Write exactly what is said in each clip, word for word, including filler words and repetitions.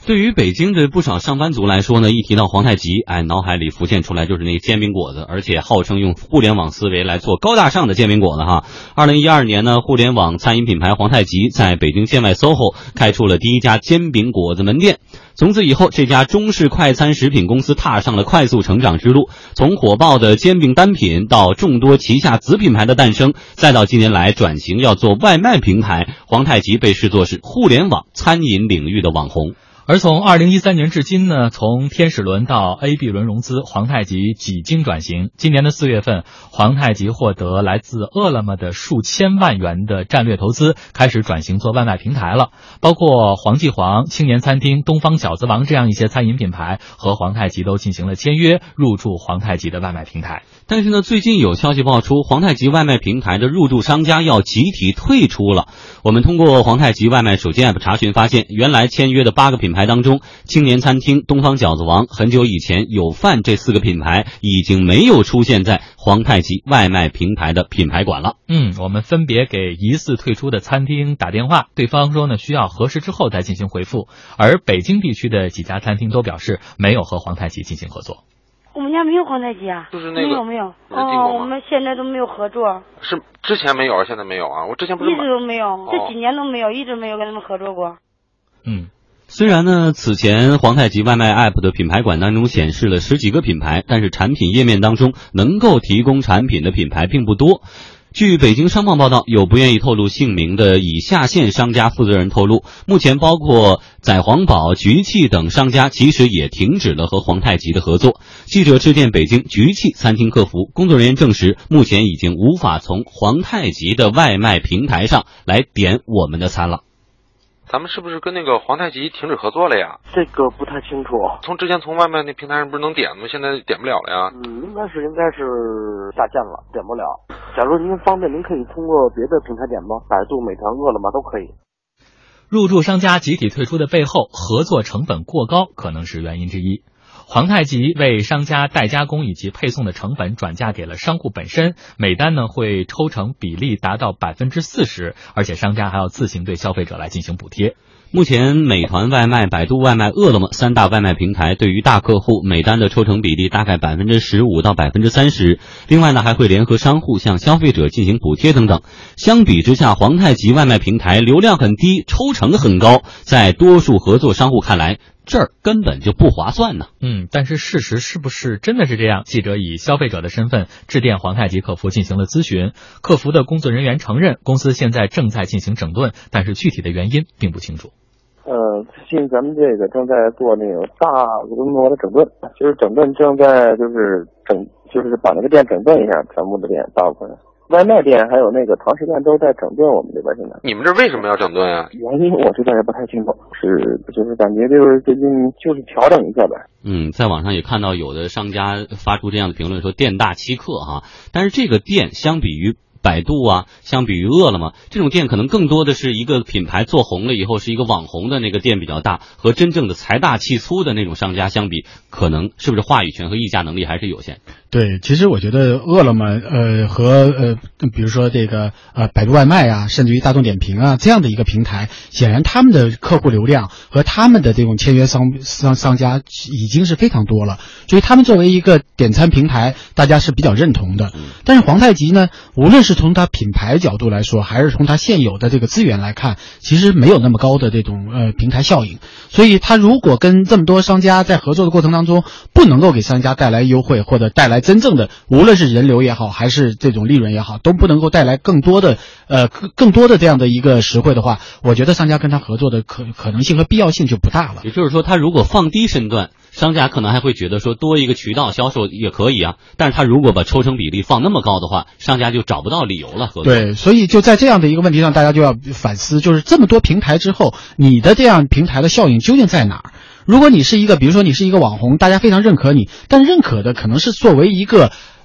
对于北京的不少上班族来说呢，一提到皇太极，哎，脑海里浮现出来就是那个煎饼果子，而且号称用互联网思维来做高大上的煎饼果子哈。二零一二年呢，互联网餐饮品牌皇太极在北京县外 S O H O 开出了第一家煎饼果子门店。从此以后，这家中式快餐食品公司踏上了快速成长之路，从火爆的煎饼单品到众多旗下子品牌的诞生，再到近年来转型要做外卖平台，皇太极被视作是互联网餐饮领域的网红。 而从二零一三年至今呢，从天使轮到 A B 轮融资，皇太极几经转型。今年的四月份，皇太极获得来自饿了么的数千万元的战略投资，开始转型做外卖平台了。包括黄记煌、青年餐厅、东方饺子王这样一些餐饮品牌和皇太极都进行了签约，入驻皇太极的外卖平台。 但是呢，最近有消息爆出，皇太极外卖平台的入驻商家要集体退出了。我们通过皇太极外卖手机 app 查询发现，原来签约的八个品牌当中，青年餐厅、东方饺子王，很久以前有饭这四个品牌已经没有出现在皇太极外卖平台的品牌馆了。 嗯，我们分别给疑似退出的餐厅打电话，对方说呢需要核实之后再进行回复。而北京地区的几家餐厅都表示没有和皇太极进行合作。 我们家没有皇太极啊， 就是那个没有没有哦，我们现在都没有合作。 是之前没有，现在没有啊？我之前不是一直都没有， 哦、 这几年都没有，一直没有跟他们合作过。 嗯。 虽然呢，此前皇太极外卖 App 的品牌馆当中显示了十几个品牌，但是产品页面当中能够提供产品的品牌并不多。据北京商报报道，有不愿意透露姓名的以下线商家负责人透露，目前包括宰皇堡、局气等商家其实也停止了和皇太极的合作。记者致电北京局气餐厅客服，工作人员证实，目前已经无法从皇太极的外卖平台上来点我们的餐了。 咱们是不是跟那个皇太极停止合作了呀？ 这个不太清楚。 从之前从外卖那平台上不是能点吗？现在点不了了呀？ 嗯，应该是应该是下线了，点不了。假如您方便，您可以通过别的平台点吗？百度、美团、饿了么都可以。 入驻商家集体退出的背后，合作成本过高可能是原因之一。皇太极为商家代加工以及配送的成本转嫁给了商户本身，每单呢会抽成比例达到百分之四十，而且商家还要自行对消费者来进行补贴。 目前美团外卖、百度外卖、饿了么三大外卖平台对于大客户每单的抽成比例大概百分之十五到百分之三十，另外呢还会联合商户向消费者进行补贴等等。相比之下，皇太极外卖平台流量很低，抽成很高，在多数合作商户看来，这儿根本就不划算呢。 嗯，但是事实是不是真的是这样？记者以消费者的身份致电皇太极客服进行了咨询，客服的工作人员承认公司现在正在进行整顿，但是具体的原因并不清楚。 呃，最近咱们这个正在做那种大规模的整顿，就是整顿正在就是整就是把那个店整顿一下，全部的店大部分外卖店还有那个堂食店都在整顿我们这边现在。 你们这为什么要整顿啊？ 原因我这边也不太清楚，是就是感觉就是最近就是调整一下呗。 嗯，在网上也看到有的商家发出这样的评论说店大欺客哈，但是这个店相比于百度啊，相比于饿了么，这种店可能更多的是一个品牌做红了以后是一个网红的那个店比较大，和真正的财大气粗的那种商家相比，可能是不是话语权和议价能力还是有限。 对，其实我觉得饿了么呃和呃比如说这个呃百度外卖啊，甚至于大众点评啊这样的一个平台，显然他们的客户流量和他们的这种签约商商商家已经是非常多了，所以他们作为一个点餐平台，大家是比较认同的。但是皇太极呢，无论是从它品牌角度来说，还是从它现有的这个资源来看，其实没有那么高的这种呃平台效应。所以它如果跟这么多商家在合作的过程当中，不能够给商家带来优惠，或者带来真正的无论是人流也好，还是这种利润也好，都不能够带来更多的呃更更多的这样的一个实惠的话，我觉得商家跟他合作的可可能性和必要性就不大了。 也就是说，他如果放低身段，商家可能还会觉得说多一个渠道销售也可以啊，但是他如果把抽成比例放那么高的话，商家就找不到理由了合作。 对，所以就在这样的一个问题上，大家就要反思，就是这么多平台之后，你的这样平台的效应究竟在哪儿？如果你是一个，比如说你是一个网红，大家非常认可你，但认可的可能是作为一个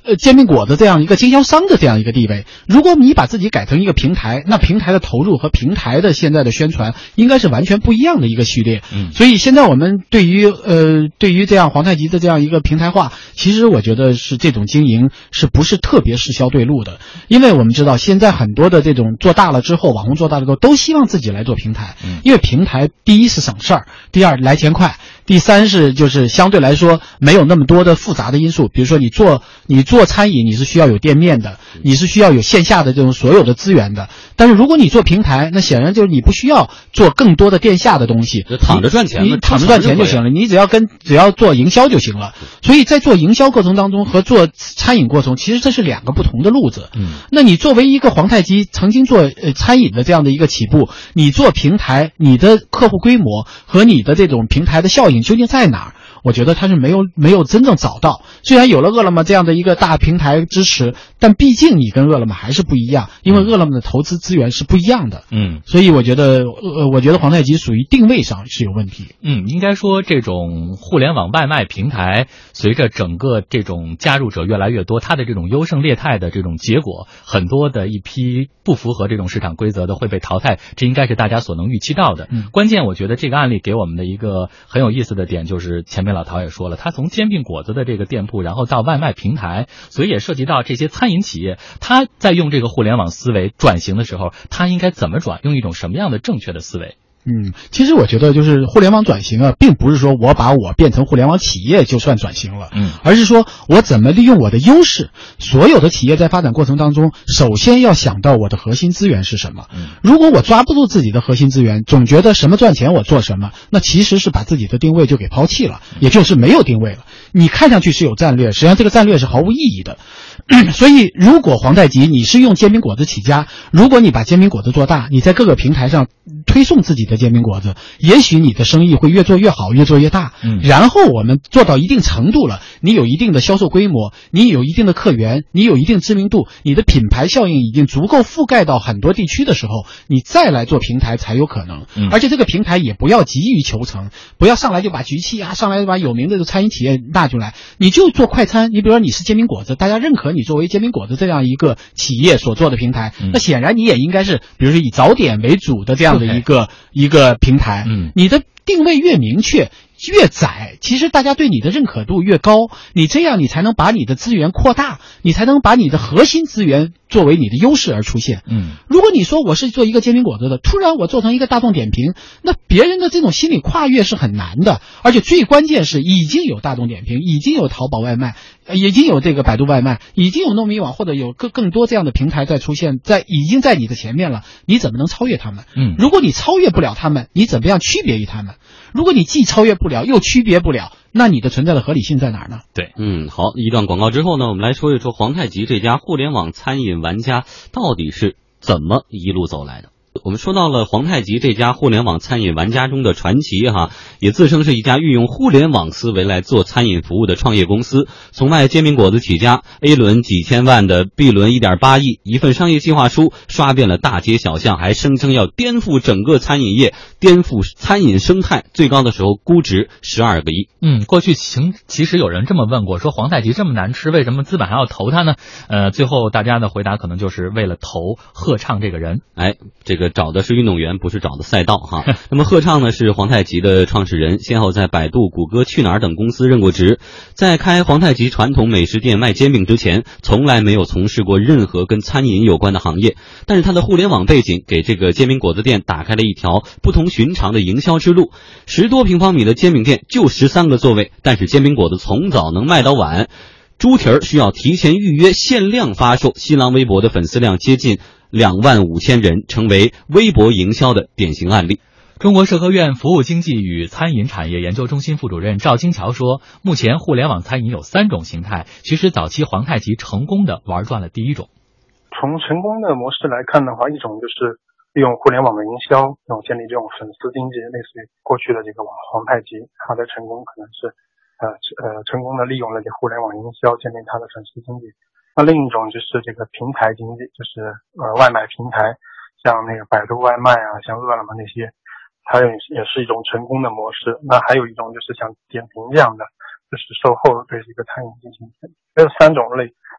呃煎饼果子这样一个经销商的这样一个地位。如果你把自己改成一个平台，那平台的投入和平台的现在的宣传应该是完全不一样的一个序列。 嗯， 所以现在我们对于呃对于这样皇太极的这样一个平台化，其实我觉得是这种经营是不是特别是销对路的？因为我们知道现在很多的这种做大了之后，网红做大了之后，都希望自己来做平台，因为平台第一是省事儿，第二来钱快，第三是就是相对来说没有那么多的复杂的因素。比如说你做你做餐饮，你是需要有店面的，你是需要有线下的这种所有的资源的。但是如果你做平台，那显然就是你不需要做更多的店下的东西， 就躺着赚钱， 你躺着赚钱就行了，你只要跟只要做营销就行了。所以在做营销过程当中和做餐饮过程，其实这是两个不同的路子。 嗯， 那你作为一个皇太极曾经做呃餐饮的这样的一个起步，你做平台，你的客户规模和你的这种平台的效应究竟在哪儿？我觉得他是没有没有真正找到。虽然有了饿了么这样的一个大平台支持，但毕竟你跟饿了么还是不一样，因为饿了么的投资资源是不一样的。 嗯， 所以我觉得呃，我觉得皇太极属于定位上是有问题。 嗯，应该说这种互联网外卖平台，随着整个这种加入者越来越多，它的这种优胜劣汰的这种结果，很多的一批不符合这种市场规则的会被淘汰，这应该是大家所能预期到的。 嗯， 关键我觉得这个案例给我们的一个很有意思的点，就是前面老陶也说了，他从煎饼果子的这个店铺，然后到外卖平台，所以也涉及到这些餐饮企业，他在用这个互联网思维转型的时候，他应该怎么转，用一种什么样的正确的思维？ 嗯，其实我觉得就是互联网转型啊，并不是说我把我变成互联网企业就算转型了， 嗯， 而是说我怎么利用我的优势。所有的企业在发展过程当中，首先要想到我的核心资源是什么。 嗯， 如果我抓不住自己的核心资源，总觉得什么赚钱我做什么，那其实是把自己的定位就给抛弃了，也就是没有定位了。你看上去是有战略，实际上这个战略是毫无意义的。所以如果皇太极你是用煎饼果子起家，如果你把煎饼果子做大，你在各个平台上推送自己的煎饼果子，也许你的生意会越做越好，越做越大。 嗯， 然后我们做到一定程度了，你有一定的销售规模，你有一定的客源，你有一定知名度，你的品牌效应已经足够覆盖到很多地区的时候，你再来做平台才有可能。 嗯， 而且这个平台也不要急于求成，不要上来就把局气啊，上来就把有名的餐饮企业纳进来，你就做快餐。你比如说你是煎饼果子，大家认可你作为煎饼果子这样一个企业所做的平台， 嗯， 那显然你也应该是比如说以早点为主的这样的一个一个平台。 嗯， 你的定位越明确越窄，其实大家对你的认可度越高，你这样你才能把你的资源扩大，你才能把你的核心资源作为你的优势而出现。 嗯， 如果你说我是做一个煎饼果子的，突然我做成一个大众点评，那别人的这种心理跨越是很难的，而且最关键是已经有大众点评，已经有淘宝外卖，已经有这个百度外卖，已经有糯米网或者有更更多这样的平台在出现，在已经在你的前面了，你怎么能超越他们？ 嗯， 如果你超越不了他们，你怎么样区别于他们？如果你既超越不了又区别不了，那你的存在的合理性在哪儿呢？ 对， 嗯，好，一段广告之后呢，我们来说一说皇太极这家互联网餐饮玩家到底是怎么一路走来的。我们说到了皇太极这家互联网餐饮玩家中的传奇哈，也自称是一家运用互联网思维来做餐饮服务的创业公司。从卖煎饼果子起家 ，A 轮几千万的 B 轮 一点八亿，一份商业计划书刷遍了大街小巷，还声称要颠覆整个餐饮业，颠覆餐饮生态，最高的时候估值十二个亿。 嗯，过去其其实有人这么问过，说皇太极这么难吃，为什么资本还要投它呢？呃，最后大家的回答可能就是为了投贺畅这个人。 哎，这个找的是运动员，不是找的赛道哈。那么贺畅呢是皇太极的创始人，先后在百度、谷歌、去哪儿等公司任过职。在开皇太极传统美食店卖煎饼之前，从来没有从事过任何跟餐饮有关的行业。但是他的互联网背景给这个煎饼果子店打开了一条不同寻常的营销之路。十多平方米的煎饼店就十三个座位，但是煎饼果子从早能卖到晚。猪蹄儿需要提前预约，限量发售。新浪微博的粉丝量接近两万五千人，成为微博营销的典型案例。 中国社科院服务经济与餐饮产业研究中心副主任赵金桥说，目前互联网餐饮有三种形态，其实早期皇太极成功的玩转了第一种。 从成功的模式来看的话，一种就是利用互联网的营销，这种建立这种粉丝经济，类似于过去的这个网皇太极，它的成功可能是呃呃成功的利用了这互联网营销建立它的粉丝经济。那另一种就是这个平台经济，就是呃外卖平台，像那个百度外卖啊，像饿了么那些，它也也是一种成功的模式。那还有一种就是像点评这样的，就是售后对这个餐饮进行点评。这三种类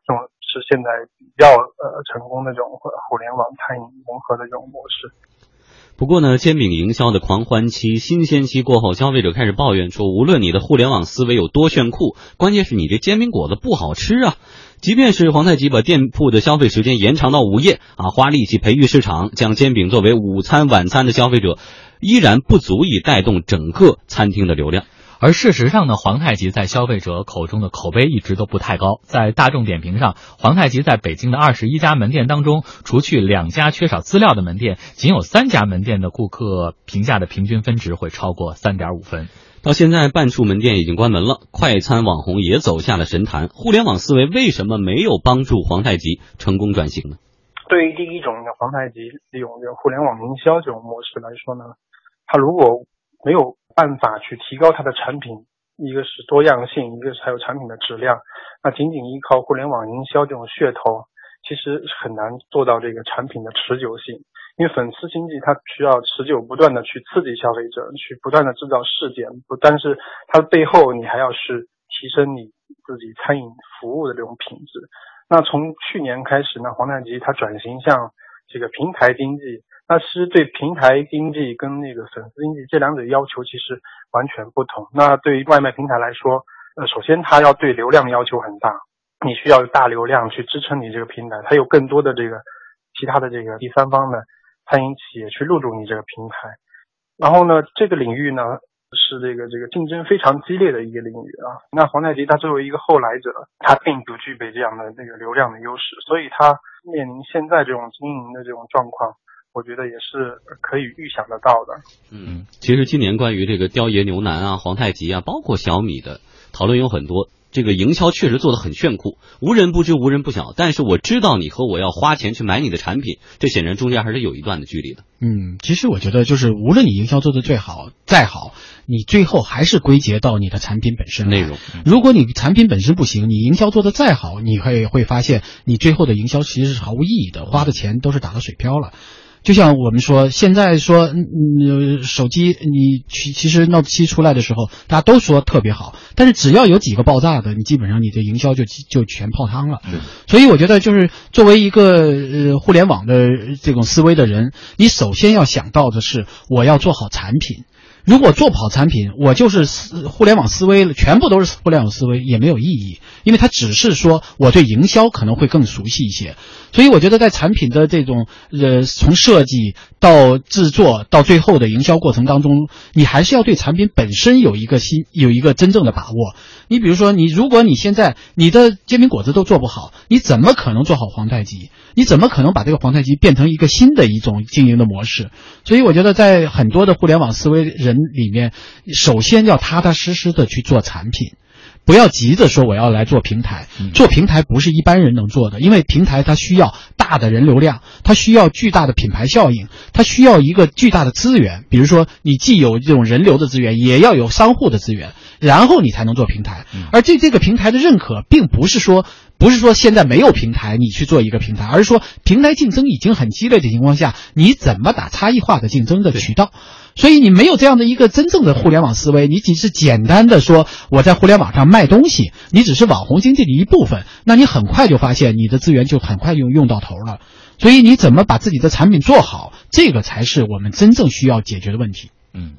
这种是现在比较呃成功的这种互联网餐饮融合的这种模式。 不过呢，煎饼营销的狂欢期、新鲜期过后，消费者开始抱怨说，无论你的互联网思维有多炫酷，关键是你这煎饼果子不好吃啊。即便是皇太极把店铺的消费时间延长到午夜啊，花力气培育市场，将煎饼作为午餐晚餐的消费者，依然不足以带动整个餐厅的流量。 而事实上呢，皇太极在消费者口中的口碑一直都不太高。在大众点评上，皇太极在北京的二十一家门店当中，除去两家缺少资料的门店，仅有三家门店的顾客评价的平均分值会超过 三点五分。 到现在半数门店已经关门了，快餐网红也走下了神坛。互联网思维为什么没有帮助皇太极成功转型呢？ 对于第一种皇太极利用这个互联网营销这种模式来说呢，它如果没有办法去提高它的产品，一个是多样性，一个是还有产品的质量，那仅仅依靠互联网营销这种噱头，其实很难做到这个产品的持久性。因为粉丝经济它需要持久不断的去刺激消费者，去不断的制造事件，不但是它的背后你还要是提升你自己餐饮服务的这种品质。那从去年开始呢，皇太极它转型向这个平台经济，那其实对平台经济跟那个粉丝经济这两者要求其实完全不同。那对于外卖平台来说，呃，首先它要对流量要求很大，你需要大流量去支撑你这个平台，它有更多的这个其他的这个第三方的餐饮企业去入驻你这个平台。然后呢，这个领域呢是这个这个竞争非常激烈的一个领域啊。那皇太极它作为一个后来者，它并不具备这样的这个流量的优势，所以它面临现在这种经营的这种状况，我觉得也是可以预想得到的。 嗯，其实今年关于这个雕爷牛腩啊、皇太极啊，包括小米的讨论有很多。这个营销确实做得很炫酷，无人不知无人不晓，但是我知道你和我要花钱去买你的产品，这显然中间还是有一段的距离的。 嗯，其实我觉得就是无论你营销做得最好再好，你最后还是归结到你的产品本身内容。 如果你产品本身不行，你营销做得再好，你会会发现你最后的营销其实是毫无意义的，花的钱都是打了水漂了。就像我们说，现在说，嗯，手机你其其实 Note 七出来的时候，大家都说特别好，但是只要有几个爆炸的，你基本上你的营销就就全泡汤了。 嗯、 所以我觉得，就是作为一个呃互联网的这种思维的人，你首先要想到的是，我要做好产品。如果做不好产品，我就是思互联网思维，全部都是互联网思维，也没有意义，因为它只是说我对营销可能会更熟悉一些。所以我觉得在产品的这种呃从设计到制作到最后的营销过程当中，你还是要对产品本身有一个新有一个真正的把握。你比如说，你如果你现在你的煎饼果子都做不好，你怎么可能做好皇太极？你怎么可能把这个皇太极变成一个新的一种经营的模式？所以我觉得在很多的互联网思维人里面，首先要踏踏实实的去做产品。不要急着说我要来做平台，做平台不是一般人能做的，因为平台它需要大的人流量，它需要巨大的品牌效应，它需要一个巨大的资源，比如说你既有这种人流的资源，也要有商户的资源，然后你才能做平台。而对这个平台的认可，并不是说不是说现在没有平台你去做一个平台，而是说平台竞争已经很激烈的情况下，你怎么打差异化的竞争的渠道。所以你没有这样的一个真正的互联网思维，你只是简单的说我在互联网上卖东西，你只是网红经济的一部分，那你很快就发现你的资源就很快用用到头了。所以你怎么把自己的产品做好，这个才是我们真正需要解决的问题。 嗯。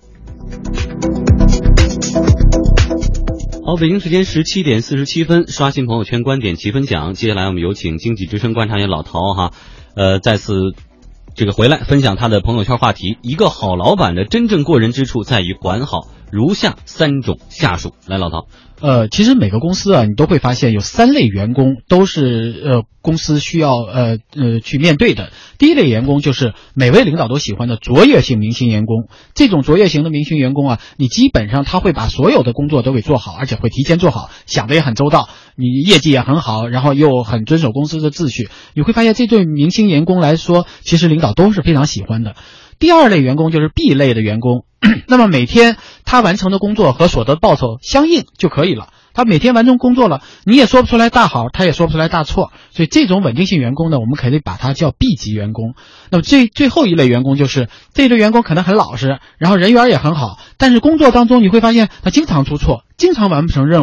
好，北京时间十七点四十七分，刷新朋友圈观点齐分享。接下来我们有请经济之声观察员老陶哈，呃，再次这个回来分享他的朋友圈话题。一个好老板的真正过人之处在于管好如下三种下属。来，老陶。 呃，其实每个公司啊，你都会发现有三类员工都是呃公司需要呃呃去面对的。第一类员工就是每位领导都喜欢的卓越性明星员工。这种卓越型的明星员工啊，你基本上他会把所有的工作都给做好，而且会提前做好，想得也很周到，你业绩也很好，然后又很遵守公司的秩序。你会发现这对明星员工来说，其实领导都是非常喜欢的。第二类员工就是 B 类的员工，那么每天他完成的工作和所得报酬相应就可以了。他每天完成工作了，你也说不出来大好，他也说不出来大错，所以这种稳定性员工呢，我们可以把它叫 B 级员工。那么最最后一类员工就是这类员工可能很老实，然后人缘也很好，但是工作当中你会发现他经常出错，经常完不成任务。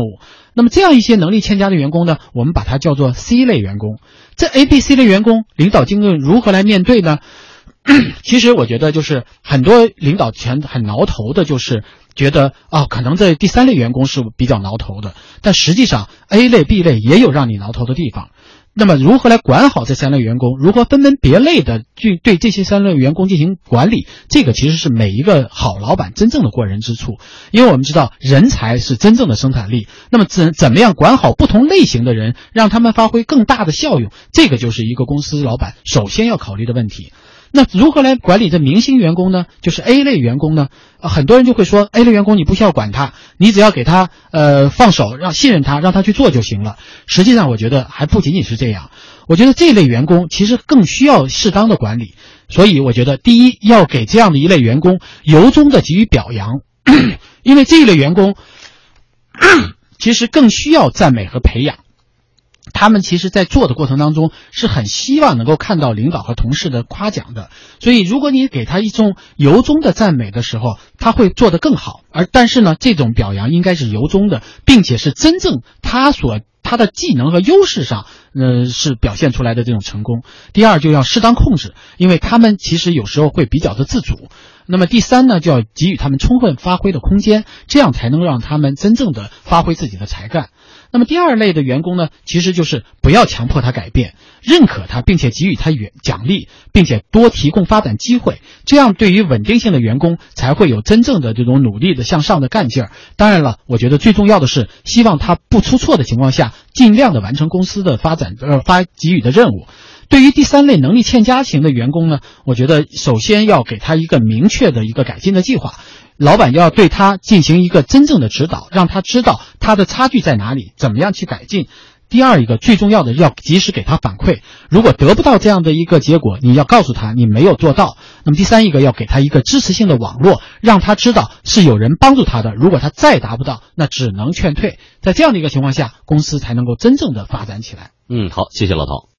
那么这样一些能力欠佳的员工呢，我们把它叫做 C 类员工。这 A、B、C 类员工，领导经理如何来面对呢？其实我觉得就是很多领导全很挠头的，就是觉得啊、哦，可能这第三类员工是比较挠头的，但实际上 A 类、B 类也有让你挠头的地方。那么如何来管好这三类员工，如何分门别类的去对这些三类员工进行管理，这个其实是每一个好老板真正的过人之处。因为我们知道人才是真正的生产力，那么怎怎么样管好不同类型的人，让他们发挥更大的效用，这个就是一个公司老板首先要考虑的问题。那如何来管理这明星员工呢？就是 A 类员工呢，呃、很多人就会说 A 类员工你不需要管他，你只要给他呃放手，让信任他，让他去做就行了。实际上我觉得还不仅仅是这样，我觉得这类员工其实更需要适当的管理。所以我觉得第一，要给这样的一类员工由衷的给予表扬，因为这一类员工其实更需要赞美和培养。他们其实在做的过程当中是很希望能够看到领导和同事的夸奖的，所以如果你给他一种由衷的赞美的时候，他会做得更好。而但是呢，这种表扬应该是由衷的，并且是真正他所他的技能和优势上呃是表现出来的这种成功。第二，就要适当控制，因为他们其实有时候会比较的自主。那么第三呢，就要给予他们充分发挥的空间，这样才能让他们真正的发挥自己的才干。那么第二类的员工呢，其实就是不要强迫他改变，认可他，并且给予他奖励，并且多提供发展机会，这样对于稳定性的员工才会有真正的这种努力的向上的干劲儿。当然了，我觉得最重要的是希望他不出错的情况下，尽量的完成公司的发展呃发给予的任务。对于第三类能力欠佳型的员工呢，我觉得首先要给他一个明确的一个改进的计划，老板要对他进行一个真正的指导，让他知道他的差距在哪里，怎么样去改进。第二一个最重要的，要及时给他反馈，如果得不到这样的一个结果，你要告诉他你没有做到。那么第三一个，要给他一个支持性的网络，让他知道是有人帮助他的，如果他再达不到，那只能劝退。在这样的一个情况下，公司才能够真正的发展起来。 嗯，好，谢谢老陶。